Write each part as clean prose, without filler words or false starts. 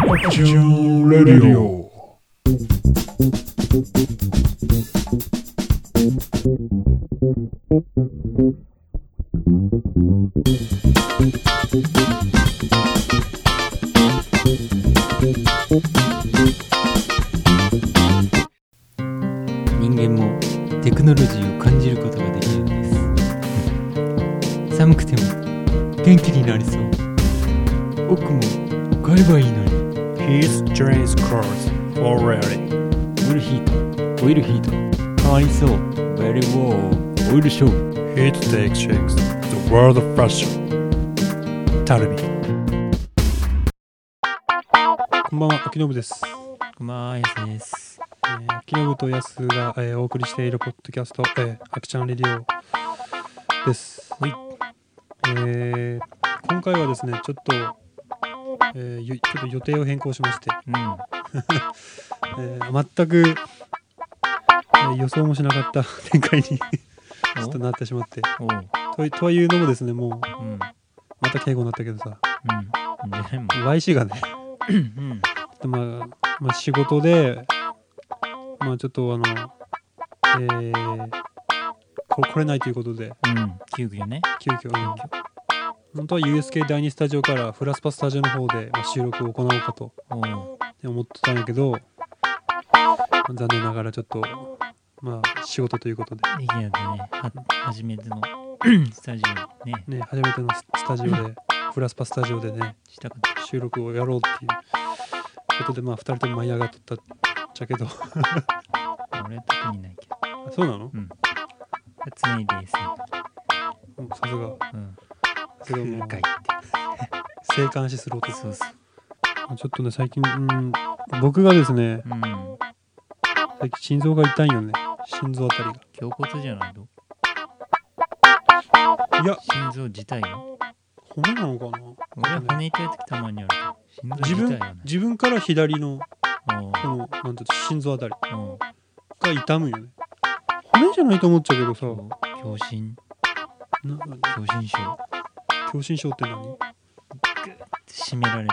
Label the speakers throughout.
Speaker 1: Action Radio。
Speaker 2: 人間もテクノロジーを感じることができるんです。寒くても元気になりそう。僕も買えばいいのに。
Speaker 1: His trains cars already。
Speaker 2: オイルヒート、オイルヒート。かわいそう。Very well。オイルショー。
Speaker 1: Heat Tech Shakes the world of fashion。タルビ。こんばんは、秋信です。
Speaker 2: こんばんは、やすです。
Speaker 1: 秋信とやすが、お送りしているポッドキャスト、アクションレディオです。
Speaker 2: はい。
Speaker 1: 今回はですね、ちょっと予定を変更しまして、全く、予想もしなかった展開にちょっとなってしまってとはいうのもですね、もう、また敬語になったけどさ、YC がねちょっとまあ仕事でちょっと来れないということで、
Speaker 2: 急遽ね。
Speaker 1: 本当は USK 第2スタジオからフラスパスタジオの方で収録を行おうかと思ってたんやけど、残念ながらちょっと仕事ということで
Speaker 2: できなくてね、初めてのスタジオね、
Speaker 1: 初めてのスタジオでフラスパスタジオでね収録をやろうっていうことで、2人とも舞い上がっとったっちゃけど
Speaker 2: 俺は特にないけど。
Speaker 1: そうなの？
Speaker 2: 常にですね。
Speaker 1: さすが。それをもう静観視する男。
Speaker 2: そうそう。
Speaker 1: ちょっとね、最近、僕がですね、最近心臓が痛いよね。心臓あたりが。
Speaker 2: 胸骨じゃないの？
Speaker 1: いや、
Speaker 2: 心臓自体よ。
Speaker 1: 骨なのかな？
Speaker 2: 俺は骨痛い時たまにあるけど、心臓自体はね。
Speaker 1: 自分から左のこのなんていう心臓あたりが痛むよね。骨じゃないと思っちゃうけどさ。
Speaker 2: 狭心症。
Speaker 1: 狭心症って何？
Speaker 2: グッて締められる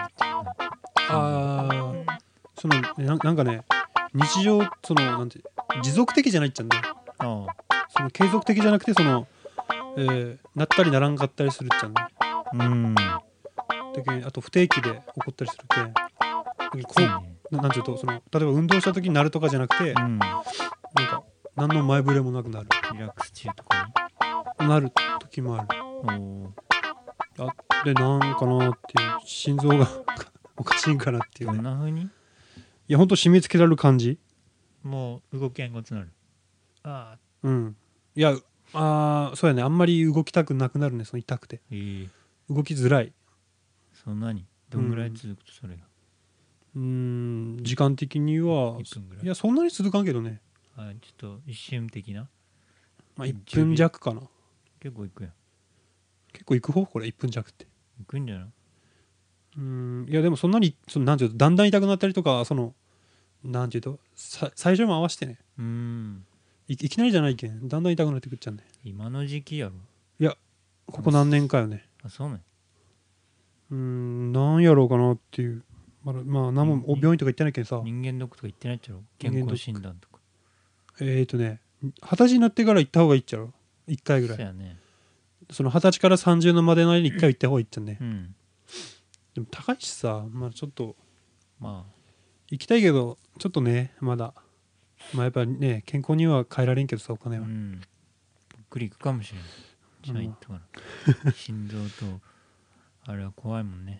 Speaker 2: っていう。
Speaker 1: そのなんかね、日常なんて持続的じゃないっちゃうんだよ。その継続的じゃなくてなったりならんかったりするっちゃうんね。だけどあと不定期で起こったりするけん。なんていうと例えば運動した時になるとかじゃなくて、なんか何の前触れもなくなる。
Speaker 2: リラックス中とか
Speaker 1: になる時もある。でなんかなっていう、心臓がおかしいんかなっていうね。
Speaker 2: どんな風に？
Speaker 1: いやほんと締め付けられる感じ。
Speaker 2: もう動きがんごつなる。
Speaker 1: いやそうやね、あんまり動きたくなくなるね、その痛くて。動きづらい。
Speaker 2: そんなにどんぐらい続くとそれが？
Speaker 1: 時間的には
Speaker 2: 1分ぐらい。
Speaker 1: いやそんなに続かんけどね。
Speaker 2: ちょっと一瞬的な。
Speaker 1: 1分弱かな。
Speaker 2: 結構いくやん。
Speaker 1: 結構いく方これ1分弱って。
Speaker 2: いくんじゃない？
Speaker 1: いやでもそんなになんていうとだんだん痛くなったりとかなんていうと最初も合わせてね。いきなりじゃないけんだんだん痛くなってくっちゃうね。
Speaker 2: 今の時期やろ。
Speaker 1: いやここ何年かよね。
Speaker 2: そうね。
Speaker 1: なんやろうかなっていう。何も病院とか行ってないけんさ。
Speaker 2: 人間ドックとか行ってないっちゃろ。健康診断とか。
Speaker 1: 20歳になってから行った方がいいっちゃろ。1回ぐらい。
Speaker 2: そうやね。
Speaker 1: その20歳から30のまでの間に1回行った方がいいっちゃね。でも高いしさ、ちょっと行きたいけどちょっとねまだやっぱりね健康には変えられんけどさ、お金は。
Speaker 2: ぶっくりいくかもしれない。じゃあ行ったから心臓とあれは怖いもんね。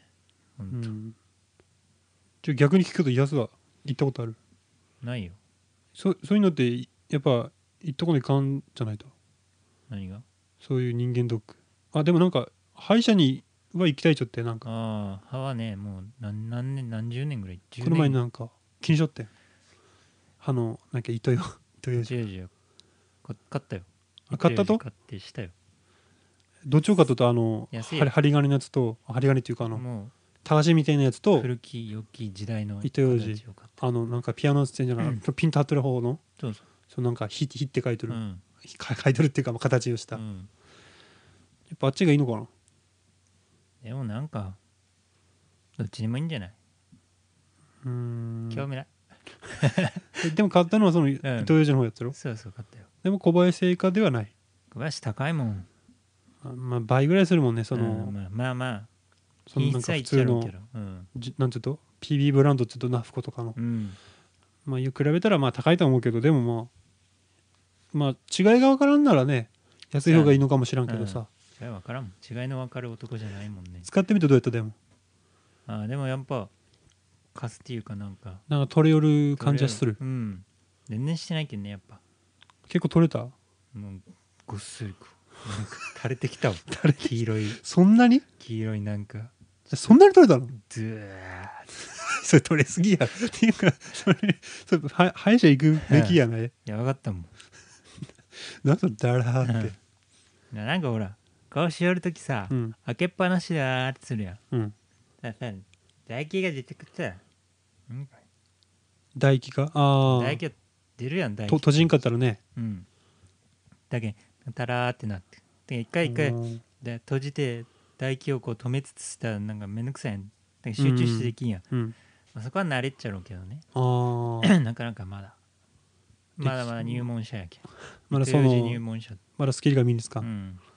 Speaker 1: 逆に聞くと安は行ったことある？
Speaker 2: ないよ。
Speaker 1: そういうのってやっぱ行ったこといかんじゃないと。
Speaker 2: 何が？
Speaker 1: そういう人間ドック。でもなんか歯医者には行きたいっちゃって、なんか
Speaker 2: 歯はねもう何十年ぐらい。
Speaker 1: この前なんか気にしとって歯のなんか糸よ
Speaker 2: 買ったよ。
Speaker 1: 買ったと？
Speaker 2: 買ってしたよ。
Speaker 1: どっちを買ったと針金のやつと針金っていうか
Speaker 2: もう
Speaker 1: たがしみたいなやつと
Speaker 2: 古き良き時代の
Speaker 1: 糸ようじ、なんかピアノステンじゃなくてピンと張ってる方のそうなんか火って書いてる、書いてるっていうか形をした、やっぱあっちがいいのかな。
Speaker 2: でもなんかどっちでもいいんじゃない？ 興味ない。
Speaker 1: でも買ったのはその伊藤洋二の方やつろ。
Speaker 2: そうそう買ったよ。
Speaker 1: でも小林製菓ではない。
Speaker 2: 小林高いもん。
Speaker 1: まあ倍ぐらいするもんねその、
Speaker 2: まあまあ
Speaker 1: そのなんか普通のなんていうと PB ブランドっていうとナフコとかの、まあ比べたらまあ高いと思うけど、でもまあ違いが分からんならね安い方がいいのかもしらんけどさ。
Speaker 2: 違い分からんもん。違いの分かる男じゃないもんね。
Speaker 1: 使ってみてどうやった？でも
Speaker 2: でもやっぱカスっていうかなんか
Speaker 1: 取れよる感じはする。
Speaker 2: 全然してないけどね。やっぱ
Speaker 1: 結構取れた？
Speaker 2: もうごっそりなんか垂れてきたわ。黄色い。
Speaker 1: そんなに？
Speaker 2: 黄色いなんか
Speaker 1: そんなに取れたの？
Speaker 2: ずー
Speaker 1: それ取れすぎやっていうかそれ歯医者行くべきやない？
Speaker 2: やばかったもん。
Speaker 1: なんかだらーって
Speaker 2: なんかほら顔しよるときさ、開けっぱなしだーってするやん。だからさ唾液が出てくったら
Speaker 1: 唾液か？
Speaker 2: 唾液が出るやん。唾液
Speaker 1: 閉じんかったらね。
Speaker 2: だけタラーってなってで一回で閉じて唾液をこう止めつつしたらなんかめんどくさいやん。だから集中してできんやん。まあ、そこは慣れっちゃろうけどね。なかなかまだ入門者やけん。
Speaker 1: まだその
Speaker 2: 入門者
Speaker 1: まだスキルが身につか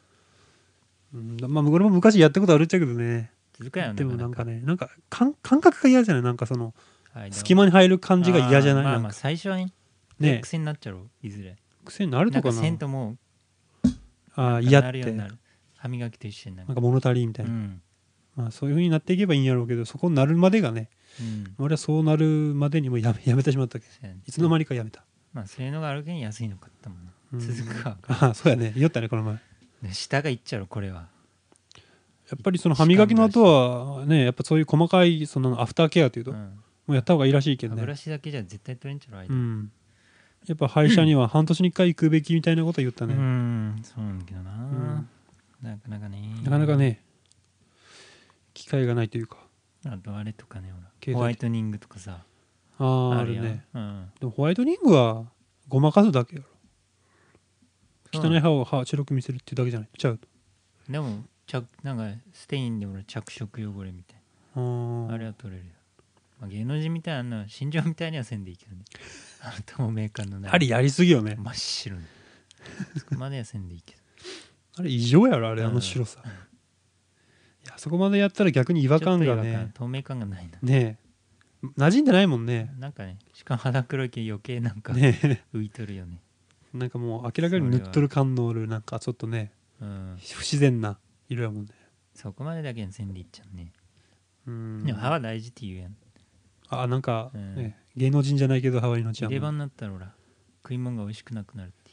Speaker 1: まあこれも昔やったことあるっちゃけどね。
Speaker 2: 続かんよ。
Speaker 1: でもなんかね、なんか感覚が嫌じゃない？なんかその隙間に入る感じが嫌じゃない？
Speaker 2: まあ最初はね癖になっちゃろう。いずれ
Speaker 1: 癖になるとかな。
Speaker 2: せんとも
Speaker 1: 嫌って
Speaker 2: 歯磨きと一緒になる。
Speaker 1: なんか物足りみたいな、まあそういう風になっていけばいいんやろうけど、そこになるまでがね、俺はそうなるまでにもやめてしまったけど、いつの間にかやめた。
Speaker 2: まあそういうのがあるけん安いの買ったもんね。続くか。
Speaker 1: そうやね、言ったねこの前。
Speaker 2: 下がいっちゃうこれは。
Speaker 1: やっぱりその歯磨きの後はね、やっぱそういう細かいそのアフターケアというと、もうやった方がいいらしいけどね。
Speaker 2: 歯ブラシだけじゃ絶対取れんちゃう間。
Speaker 1: やっぱ歯医者には半年に1回行くべきみたいなこと言ったね。
Speaker 2: そうなんだけどな、なかなかね
Speaker 1: 機会がないというか。
Speaker 2: あとあれとかね、ほらホワイトニングとかさ
Speaker 1: あるね。でもホワイトニングはごまかすだけやろ。汚い歯を白く見せるっていうだけじゃないちゃうと。
Speaker 2: でもなんかステインで俺着色汚れみたいなあれは取れるよ。まあ、芸能人みたいな心情みたいにはせんでいいけどね。透明感のない
Speaker 1: あれやりすぎよね。
Speaker 2: 真っ白にそこまではせんでいいけど
Speaker 1: あれ異常やろあれ、あの白さ。いやそこまでやったら逆に違和感がね、
Speaker 2: 透明感がないな。
Speaker 1: ねえ馴染んでないもんね。
Speaker 2: なんかね、しかも肌黒いけ余計なんか浮いとるよね。
Speaker 1: なんかもう明らかに塗っとる感のあるなんかちょっとね、不自然な色やもんね。
Speaker 2: そこまでだけにせんでいっちゃうね。でも歯は大事って言うやん。
Speaker 1: なんか、芸能人じゃないけど歯は命やもん。
Speaker 2: 出番になったらほら食い物が美味しくなくなるっていう。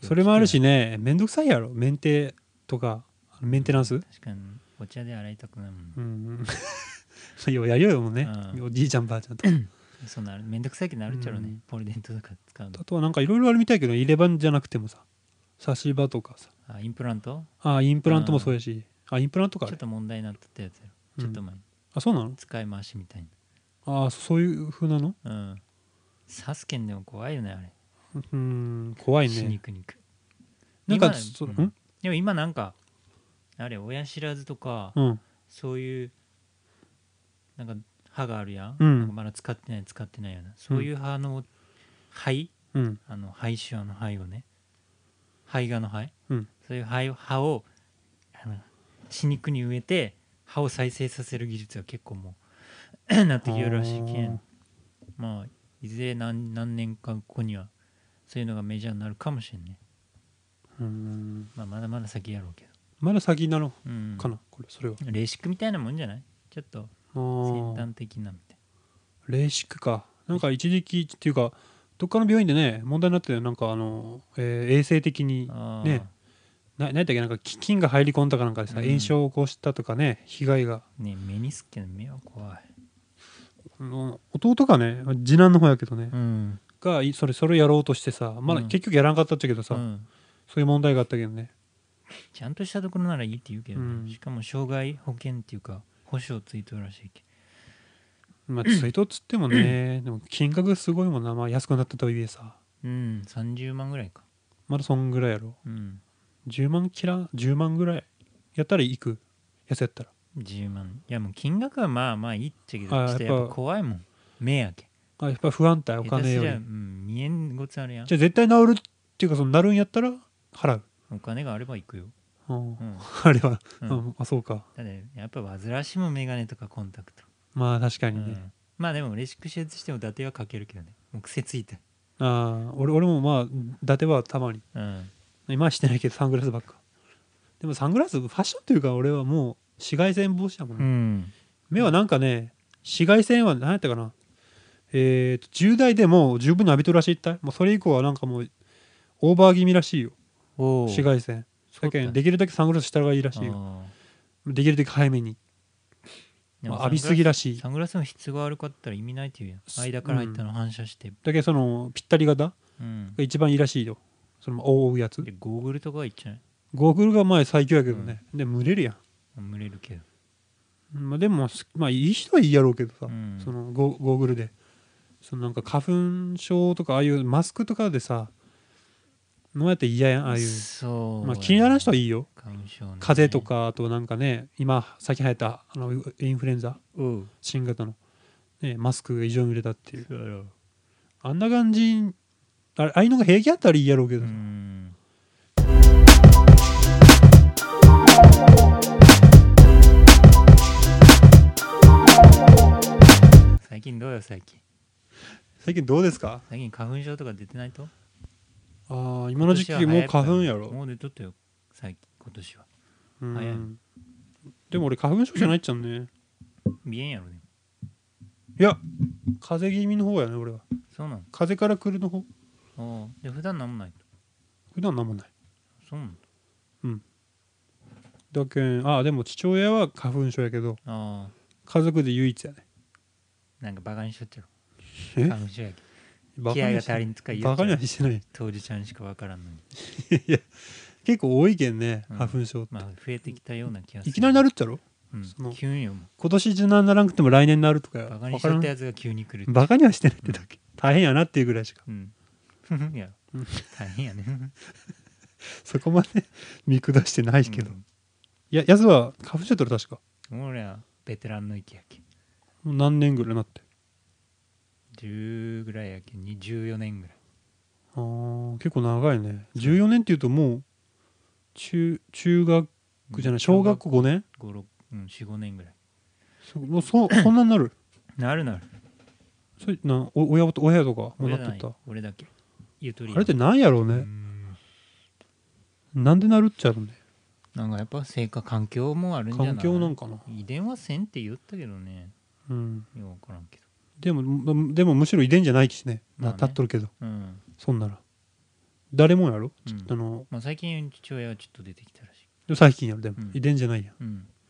Speaker 1: それもあるしね、めんどくさいやろメンテとかメンテナンス。
Speaker 2: 確かにお茶で洗いたくないもん。
Speaker 1: ようやるよもんね、おじいちゃんばあちゃんと
Speaker 2: そうなる、めんどくさいけどなるっちゃろうね、ポリデントとか使うの。
Speaker 1: あとはなんかいろいろあるみたいけど、入れ歯じゃなくてもさ、差し歯とかさ、
Speaker 2: インプラント
Speaker 1: インプラントもそうやし、インプラントか
Speaker 2: ちょっと問題になったやつやろ、ちょっと前に。
Speaker 1: そうなの？
Speaker 2: 使い回しみたい
Speaker 1: な。そういう風なの？
Speaker 2: サスケンでも怖いよねあれ。
Speaker 1: 怖いね。
Speaker 2: 死肉
Speaker 1: なんか
Speaker 2: でも今なんかあれ親知らずとか、そういうなんか歯があるやん、なんかまだ使ってないような、そういう歯の肺、肺腫の肺をね、肺がの肺、そういう歯を歯肉に植えて歯を再生させる技術が結構もうなってきてるらしいけん、まあいずれ何年か後にはそういうのがメジャーになるかもしれんね。まあまだまだ先やろうけど。
Speaker 1: まだ先なのかな、これ。それは
Speaker 2: レーシックみたいなもんじゃない？ちょっと先端的なみたい
Speaker 1: な。レーシックか。なんか一時期っていうかどっかの病院でね問題になってたよ。なんか衛生的にね、何だっけ、なんか菌が入り込んだかなんかでさ、炎症を起こしたとかね、被害が
Speaker 2: ね。目にすっけど目は怖い。
Speaker 1: 弟がね、次男の方やけどね、がそれやろうとしてさ、まだ結局やらんかったっちゃけどさ、そういう問題があったけどね。
Speaker 2: ちゃんとしたところならいいって言うけど、しかも障害保険っていうか保証ついとるらしいけ
Speaker 1: ど。まあついとっつってもね、でも金額すごいもんな。まあ安くなったとはいえさ、
Speaker 2: 30万ぐらいか。
Speaker 1: まだそんぐらいやろ。10万ぐらいやったら行く。安やったら
Speaker 2: 10万。いやもう金額はまあまあいいっちゃけど、ちょっとやっぱ怖いもん。 目やけ。
Speaker 1: やっぱ不安定お金より。
Speaker 2: 見えんごつあるやん。
Speaker 1: じゃあ絶対治るっていうかなるんやったら払う。
Speaker 2: お金があれば行くよ。
Speaker 1: あれは、そうか。
Speaker 2: だってやっぱ煩わしいもんメガネとかコンタクト。
Speaker 1: まあ確かにね。
Speaker 2: まあでもレシック手術しても伊達はかけるけどね。もう癖ついた。
Speaker 1: 俺もまあ伊達はたまに。今はしてないけどサングラスばっか。でもサングラスファッションというか俺はもう紫外線防止だもんね。目はなんかね紫外線は何やったかな。10代でも十分に浴びとるらしいったい。もうそれ以降はなんかもうオーバー気味らしいよ。紫外線。だけどできるだけサングラスした方がいいらしいよ。できるだけ早めに。浴びすぎらしい。
Speaker 2: サングラスの質が悪かったら意味ないっていうやん。間から入ったの反射して。
Speaker 1: だけどそのぴったり型が一番いいらしいよ。その覆うやつ。
Speaker 2: でゴーグルとかはいっちゃない。
Speaker 1: ゴーグルが前最強やけどね。で蒸れるや
Speaker 2: ん。蒸れるけ
Speaker 1: ど。でもまあいい人はいいやろうけどさ。そのゴーグルで。そのなんか花粉症とかああいうマスクとかでさ。のやって嫌やんああいう。まあ気にならん人はいいよ。風邪とかあとなんかね今最近流行ったインフルエンザ新型のねマスクが異常に売れたっていう。あんな感じああいうのが平気やったらいいやろうけど。
Speaker 2: 最近どうよ最
Speaker 1: 近どうですか。
Speaker 2: 最近花粉症とか出てないと。
Speaker 1: 今の時期もう花粉やろ。
Speaker 2: もう出とったよ今年は。
Speaker 1: 早い。でも俺花粉症じゃないっちゃうね。
Speaker 2: 鼻炎やろね。
Speaker 1: いや風邪気味の方やね俺は。
Speaker 2: そうなの。
Speaker 1: 風邪から来るの方。
Speaker 2: で普段なんもないと。
Speaker 1: 普段なんもない。
Speaker 2: そうなんだ。
Speaker 1: だけんでも父親は花粉症やけど家族で唯一やね。
Speaker 2: なんかバカにしとっちゃう。花粉症やけど。気合が足りんとか言う。
Speaker 1: バカにはしてない。
Speaker 2: 当事者にしか分からんのに。
Speaker 1: いや結構多いけんね花粉症。
Speaker 2: まあ増えてきたような気がする。
Speaker 1: いきなりなるっちゃろ。
Speaker 2: 急によ。
Speaker 1: 今年中ならなくても来年なるとか。
Speaker 2: バカにしとったやつが急に来る。
Speaker 1: バカにはしてないってだけ。大変やなっていうぐらいしか。
Speaker 2: いや大変やね。
Speaker 1: そこまで見下してないけど。いややつは花粉症とる確か。
Speaker 2: 俺はベテランの域やけ。
Speaker 1: もう何年ぐらいなって。
Speaker 2: 10ぐらいやけん14年ぐらい。
Speaker 1: 結構長いね。14年っていうともう中学じゃない小学校5年
Speaker 2: 4,5 年ぐらい。
Speaker 1: そんなになる。
Speaker 2: なる
Speaker 1: それ親とかもなっとった。
Speaker 2: 俺だけゆとり。
Speaker 1: あれってなんやろうね。なんでなるっちゃろうね。
Speaker 2: なんかやっぱ環境もあるんじゃない。
Speaker 1: 環境なんかな。
Speaker 2: 遺伝はせんって言ったけどね。よく分からんけど。
Speaker 1: でもむしろ遺伝じゃないしね。立っとるけど。そんなら誰もやろ。
Speaker 2: 最近父親はちょっと出てきたらし
Speaker 1: い。最近やろ。でも遺伝じゃないや。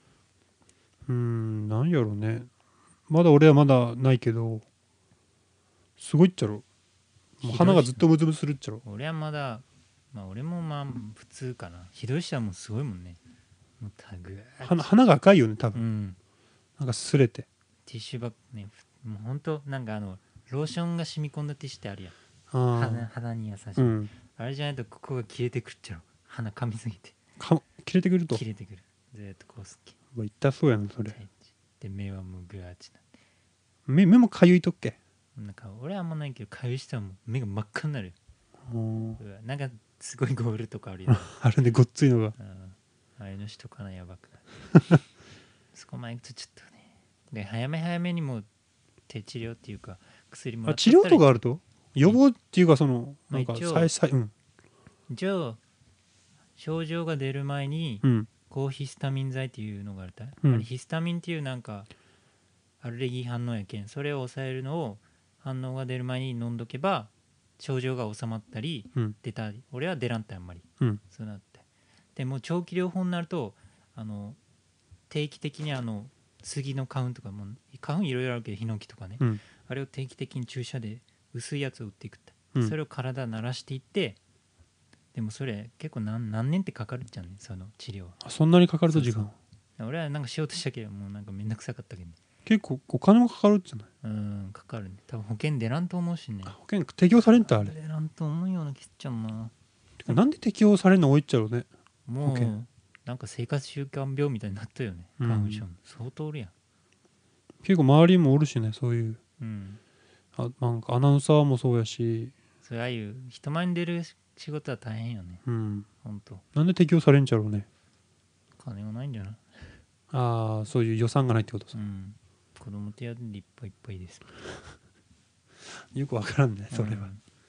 Speaker 1: なんやろうね。まだ俺はまだないけどすごいっちゃろ。鼻がずっとムズムズするっちゃろ。
Speaker 2: 俺はまだ俺も普通かな。ひどい人はもうすごいもんね。もう
Speaker 1: 鼻が赤いよね多分。なんかすれて
Speaker 2: ティッシュバッグね。もうほんとなんかローションが染み込んだティッシュってあるやん。肌に優しい、あれじゃないとここが切れてくっちゃろ。鼻噛みすぎて
Speaker 1: 切れてくると。
Speaker 2: 切れてくる。ずっとこうすっけ。
Speaker 1: 痛そうやんそれ。
Speaker 2: で目はもうグワーチな。
Speaker 1: 目もかゆいとっけ。
Speaker 2: なんか俺はあんまないけどかゆい人はもう目が真っ赤になる。なんかすごいゴールとかあるよ。
Speaker 1: あるねごっついのが。
Speaker 2: ああいうの人かなやばくなる。そこまで行くとちょっとね。で早めにも手治療っていうか薬もらって
Speaker 1: 治療とかあると予防っていうかなんか
Speaker 2: 一応症状が出る前に抗ヒスタミン剤っていうのがあるたい。あれヒスタミンっていうなんかアレルギー反応やけんそれを抑えるのを反応が出る前に飲んどけば症状が収まったり出たり。俺は出らんたあんまり。そうなって。でも長期療法になると定期的に杉の花粉とかも花粉いろいろあるけどヒノキとかね、あれを定期的に注射で薄いやつを打っていくって、それを体慣らしていって。でもそれ結構何年ってかかるっちゃうねその治療は。
Speaker 1: そんなにかかると時間。
Speaker 2: 俺はなんかしようとしたけどもうなんかめんどくさかったけど、ね、
Speaker 1: 結構お金もかかるじゃない。
Speaker 2: かかるね。多分保険出らんと思うしね。
Speaker 1: 保険適用されんとあれ
Speaker 2: 出らんと思うような気すっちゃうな。
Speaker 1: なんで適用されるの多いっちゃろうね。
Speaker 2: もうなんか生活習慣病みたいになったよね。花粉症相当おるやん。
Speaker 1: 結構周りもおるしねそういう。 なんかアナウンサーもそうやし、
Speaker 2: そうああいう人前に出る仕事は大変よね。ほんと。
Speaker 1: なんで適用されんちゃろうね。
Speaker 2: 金がないんじゃない？
Speaker 1: ああ、そういう予算がないってことさ。
Speaker 2: 子供手当でいっぱいいっぱいです。
Speaker 1: よくわからんね、それは。ま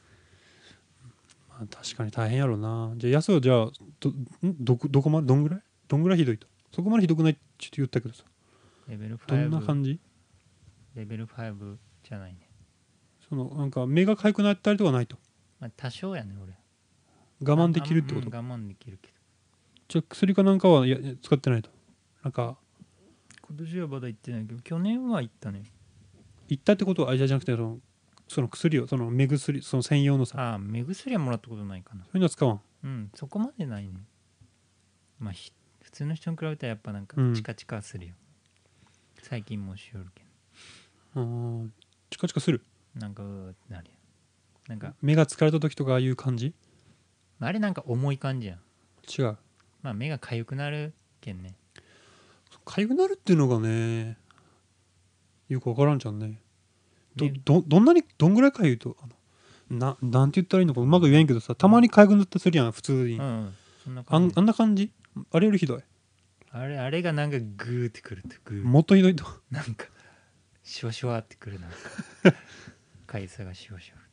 Speaker 1: あ、確かに大変やろうな。じゃあ安はじゃあどこまでどんぐらいひどいと。そこまでひどくないって言ったけどさ。
Speaker 2: レベル5。
Speaker 1: どんな感じ？
Speaker 2: レベル5じゃないね。
Speaker 1: なんか目がかゆくなったりとかないと。
Speaker 2: まあ多少やね俺。
Speaker 1: 我慢できるってこと？
Speaker 2: 我慢できるけど。
Speaker 1: じゃあ薬かなんかは使ってないと。なんか
Speaker 2: 今年はまだ行ってないけど去年は行ったね。
Speaker 1: 行ったってことはじゃなくてその薬を目薬その専用のさ。
Speaker 2: 目薬はもらったことないかな。
Speaker 1: そういうのは使わ
Speaker 2: ん。そこまでないね。まあ普通の人に比べたらやっぱなんかチカチカするよ。最近もしよるけ
Speaker 1: ど。チカチカする。
Speaker 2: なんかなるよ。なんか
Speaker 1: 目が疲れた時とかああいう感じ？
Speaker 2: あれなんか重い感じやん。
Speaker 1: 違う。
Speaker 2: まあ目が痒くなるけんね。
Speaker 1: 痒くなるっていうのがねよく分からんじゃんね。どんぐらい痒いとなんて言ったらいいのかうまく言えんけどさ、たまに痒くなったりするやん普通に。
Speaker 2: そんな感じ。
Speaker 1: あんな感じ？あれよりひどい。
Speaker 2: あれがなんかグーってくるとグー。
Speaker 1: もっとひどいと。
Speaker 2: なんかシュワシュワってくるなんか痒さがシュワシュワって。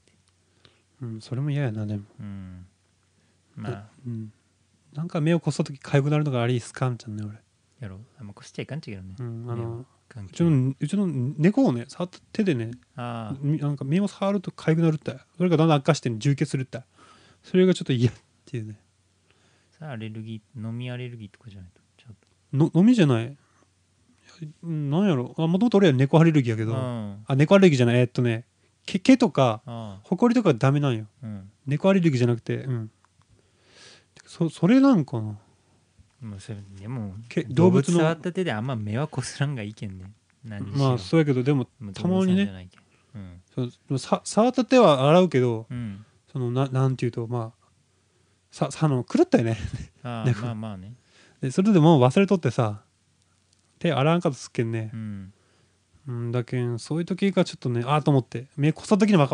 Speaker 1: それも嫌やなでも。
Speaker 2: まあ
Speaker 1: なんか目をこすった時痒くなるのがありすかんちゃんね俺。
Speaker 2: やろう。あんまこすっちゃいかんちゃうけどね。
Speaker 1: うちの猫をね触った手でねなんか目を触ると痒くなるって。それがだんだん悪化して充血するって。それがちょっと嫌っていうね。
Speaker 2: さあアレルギー飲みアレルギーとかじゃないとちょ
Speaker 1: っと飲みじゃない。なんやろ。もともと俺は猫アレルギーやけど、猫アレルギーじゃない毛とかほこりとかダメなんよ。猫アレルギーじゃなくてそれなんかな。
Speaker 2: もうそれでも動物触った手であんま目はこすらんがいいけんね。
Speaker 1: まあそうやけどでもたまにね触った手は洗うけどなんていうとまあ狂ったよね。
Speaker 2: まあまあね。
Speaker 1: でそれでもう忘れとってさ手洗わんかとすっけんね。だけんそういう時がちょっとねと思って目こすった時にも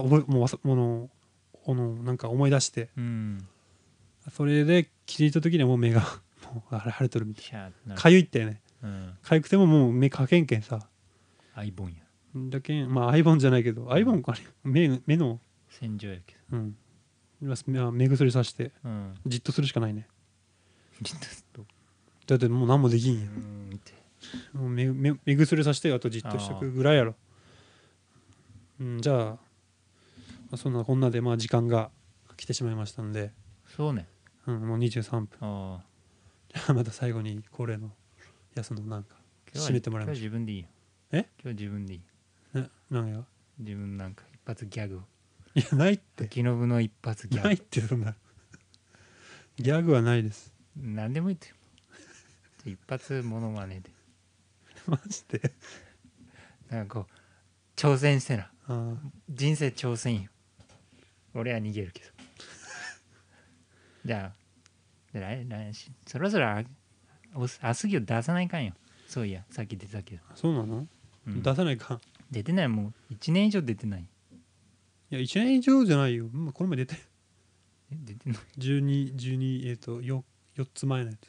Speaker 1: なんか思い出して、それで気づいた時にはもう目がもう腫れとるみたいな。かゆいってね。かゆくてももう目かけんけんさ。
Speaker 2: アイボンや。
Speaker 1: だけんアイボンじゃないけどアイボンか目の
Speaker 2: 洗浄やけ
Speaker 1: ど。目薬さしてじっとするしかないね。
Speaker 2: じっとすると。
Speaker 1: だってもう何もできんや。もう目薬さしてあとじっとしとくぐらいやろ。じゃあそんなこんなで時間が来てしまいましたんで。
Speaker 2: そうね。
Speaker 1: もう23分。じゃあまた最後に恒例のやすのなんか締めてもらいましょう。
Speaker 2: 今日自分でいいよ。
Speaker 1: 今
Speaker 2: 日自分でいい。
Speaker 1: 何が？
Speaker 2: 自分なんか一発ギャグを。
Speaker 1: いやないって。
Speaker 2: 秋信の一発ギャグ。
Speaker 1: ないってそんな。ギャグはないです。
Speaker 2: 何でもいいって。一発モノマネで。
Speaker 1: マジで。
Speaker 2: なんかこう挑戦してな。人生挑戦よ。俺は逃げるけど。じゃあそろそろアスギを出さないかんよ。そういやさっき出たけど。
Speaker 1: そうなの？出さないかん。
Speaker 2: 出てない。もう1年以上出てない。い
Speaker 1: や1年以上じゃないよ。この前出て。
Speaker 2: 出てない。
Speaker 1: 4つ前のやつ。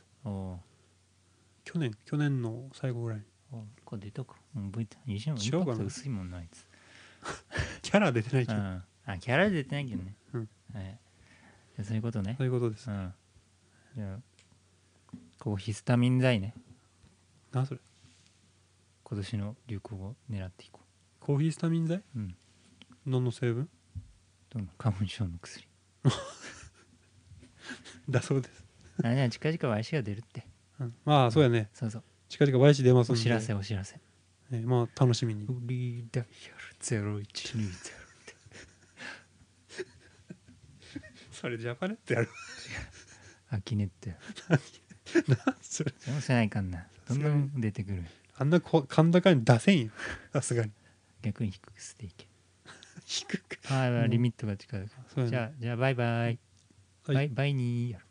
Speaker 1: 去年の最後ぐらいに。
Speaker 2: これ出たか。覚えてない。インパクト薄いもんなあいつ。
Speaker 1: キャラ出てないけど。
Speaker 2: キャラ出てないけどね。そういうことね。
Speaker 1: そういうことです。
Speaker 2: じゃあここヒスタミン剤ね。
Speaker 1: 何それ？
Speaker 2: 今年の流行語狙っていこう。
Speaker 1: コーヒースタミン剤？何の成分？
Speaker 2: 花粉症の薬。
Speaker 1: だそうです。
Speaker 2: 近々わしが出るって。
Speaker 1: まあそうやね。
Speaker 2: そうそう。
Speaker 1: 近々わし出ますんで。
Speaker 2: お知らせ。
Speaker 1: まあ楽しみに。
Speaker 2: フリーダイヤル0120って
Speaker 1: それジャパネットやる。
Speaker 2: アキネットや。
Speaker 1: それ
Speaker 2: もせないかんな。どんどん出てくる。
Speaker 1: あんな甲高いの出せんよ。さすがに。
Speaker 2: 逆に低くしていけ。
Speaker 1: 低く。
Speaker 2: リミットが近い。じゃあバイバイ。バイニーやろ。